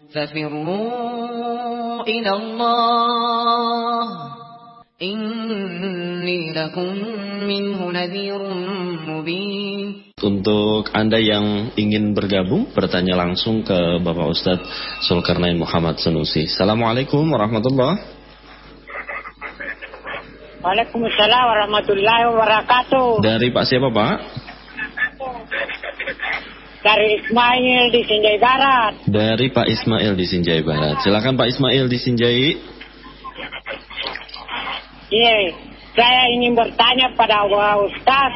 ففروا إلى الله إني لكم منه نذير مبين. Untuk Anda yang ingin bergabung, bertanya langsung ke Bapak Ustadz Zulkarnain Muhammad Sanusi. Assalamualaikum warahmatullahi wabarakatuh. Waalaikumsalam warahmatullahi wabarakatuh. Dari Pak siapa, Pak? Dari Ismail di Sinjai Barat. Dari Pak Ismail di Sinjai Barat. Silakan Pak Ismail di Sinjai. Iya, saya ingin bertanya pada Ustaz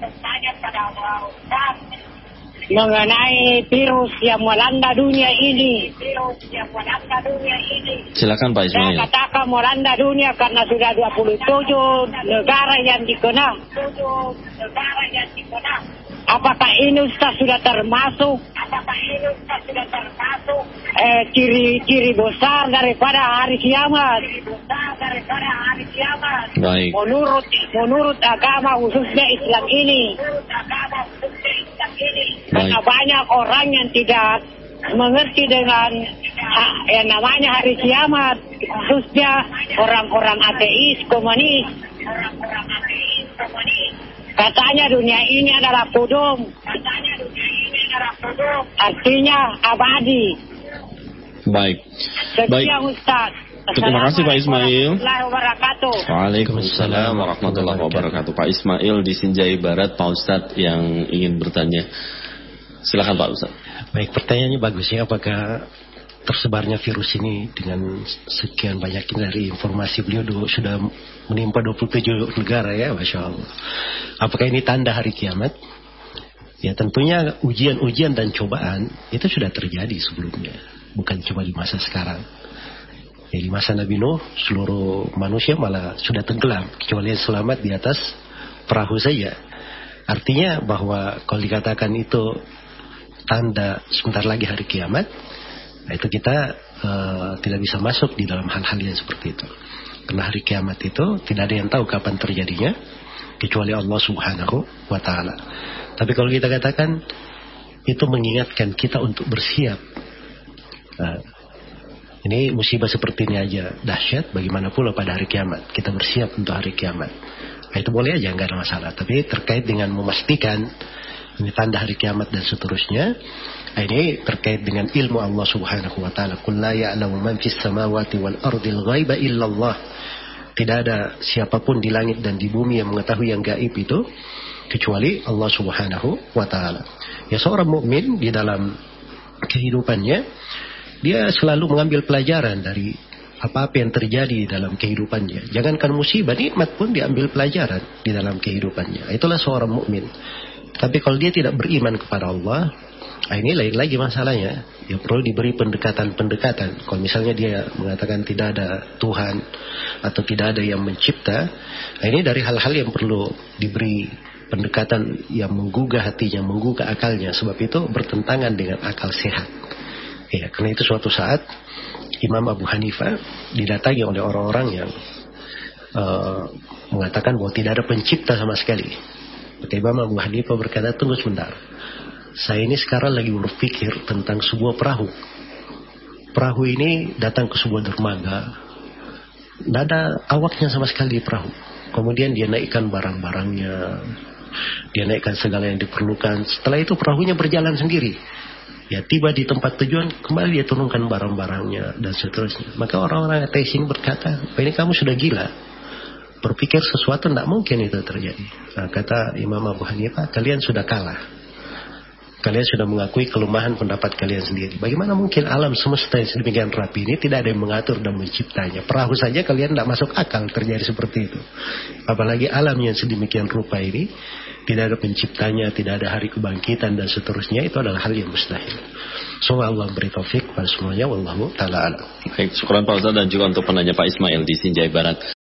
mengenai virus yang melanda dunia ini. Silakan Pak Ismail. Saya katakan melanda dunia karena sudah 27 negara yang dikenal. Apakah ini Ustaz sudah termasuk ciri-ciri besar daripada hari kiamat? Baik. Menurut agama khususnya Islam ini. Karena banyak orang yang tidak mengerti dengan yang namanya hari kiamat, khususnya orang-orang ateis, komunis. Katanya dunia ini adalah kudum. Artinya abadi. Baik. Sekian Ustaz. Terima kasih Pak Ismail. Waalaikumsalam warahmatullahi wabarakatuh. Pak Ismail di Sinjai Barat, Pak Ustadz yang ingin bertanya. Silakan Pak Ustadz. Baik, pertanyaannya bagus ya. Apakah tersebarnya virus ini dengan sekian banyaknya dari informasi beliau sudah menimpa 27 negara ya, Masya Allah. Apakah ini tanda hari kiamat? Ya tentunya ujian-ujian dan cobaan itu sudah terjadi sebelumnya. Bukan cuma di masa sekarang. Ya, di masa Nabi Nuh seluruh manusia malah sudah tenggelam. Kecuali yang selamat di atas perahu saja. Artinya bahwa kalau dikatakan itu tanda sebentar lagi hari kiamat, nah itu kita tidak bisa masuk di dalam hal-hal yang seperti itu. Karena hari kiamat itu tidak ada yang tahu kapan terjadinya kecuali Allah Subhanahu wa Ta'ala. Tapi kalau kita katakan itu mengingatkan kita untuk bersiap. Nah, ini musibah seperti ini aja dahsyat, bagaimana pula pada hari kiamat kita bersiap untuk hari kiamat. Nah, itu boleh aja, nggak ada masalah. Tapi terkait dengan memastikan ini tanda hari kiamat dan seterusnya, ini terkait dengan ilmu Allah Subhanahu wa Ta'ala. Qul la ya'lamu man fis samawati wal ardil ghaiba illallah. Tidak ada siapapun di langit dan di bumi yang mengetahui yang gaib itu kecuali Allah Subhanahu wa Ta'ala. Ya, seorang mukmin di dalam kehidupannya dia selalu mengambil pelajaran dari apa-apa yang terjadi dalam kehidupannya. Jangankan musibah, nikmat pun diambil pelajaran di dalam kehidupannya. Itulah seorang mukmin. Tapi kalau dia tidak beriman kepada Allah, ini lain lagi masalahnya. Ya perlu diberi pendekatan-pendekatan. Kalau misalnya dia mengatakan tidak ada Tuhan atau tidak ada yang mencipta, ini dari hal-hal yang perlu diberi pendekatan yang menggugah hatinya, menggugah akalnya. Sebab itu bertentangan dengan akal sehat. Ya, karena itu suatu saat Imam Abu Hanifah didatangi oleh orang-orang yang mengatakan bahwa tidak ada pencipta sama sekali. Maka Imam Abu Hanifah berkata, tunggu sebentar. Saya ini sekarang lagi berpikir tentang sebuah perahu. Perahu ini datang ke sebuah dermaga. Tidak ada awaknya sama sekali di perahu. Kemudian dia naikkan barang-barangnya. Dia naikkan segala yang diperlukan. Setelah itu perahunya berjalan sendiri. Ya tiba di tempat tujuan, kembali dia turunkan barang-barangnya dan seterusnya. Maka orang-orang ateis ini berkata, ini kamu sudah gila. Berpikir sesuatu tidak mungkin itu terjadi. Nah, kata Imam Abu Hanifah, kalian sudah kalah. Kalian sudah mengakui kelemahan pendapat kalian sendiri. Bagaimana mungkin alam semesta yang sedemikian rapi ini tidak ada yang mengatur dan menciptanya. Perahu saja kalian tidak masuk akal terjadi seperti itu. Apalagi alam yang sedemikian rupa ini, tidak ada penciptanya, tidak ada hari kebangkitan dan seterusnya. Itu adalah hal yang mustahil. Semoga Allah beri taufik pada semuanya. Wallahu ta'ala a'lam. Baik, syukuran Pak Ustaz dan juga untuk penanya Pak Ismail di Sinjai Barat.